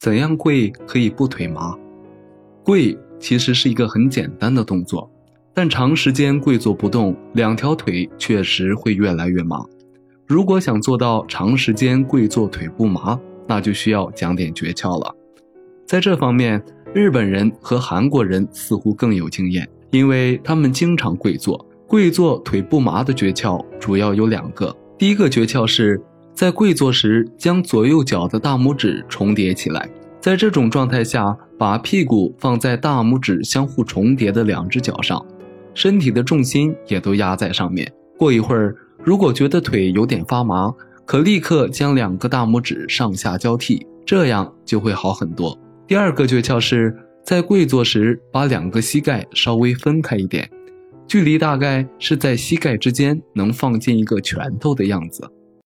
怎样跪可以不腿麻？跪其实是一个很简单的动作，但长时间跪坐不动，两条腿确实会越来越麻。如果想做到长时间跪坐腿不麻，那就需要讲点诀窍了。在这方面，日本人和韩国人似乎更有经验，因为他们经常跪坐。跪坐腿不麻的诀窍主要有2个。第一个诀窍是在跪坐时将左右脚的大拇指重叠起来，在这种状态下，把屁股放在大拇指相互重叠的2只脚上，身体的重心也都压在上面。过一会儿，如果觉得腿有点发麻，可立刻将2个大拇指上下交替，这样就会好很多。第二个诀窍是在跪坐时把2个膝盖稍微分开一点，距离大概是在膝盖之间能放进一个拳头的样子。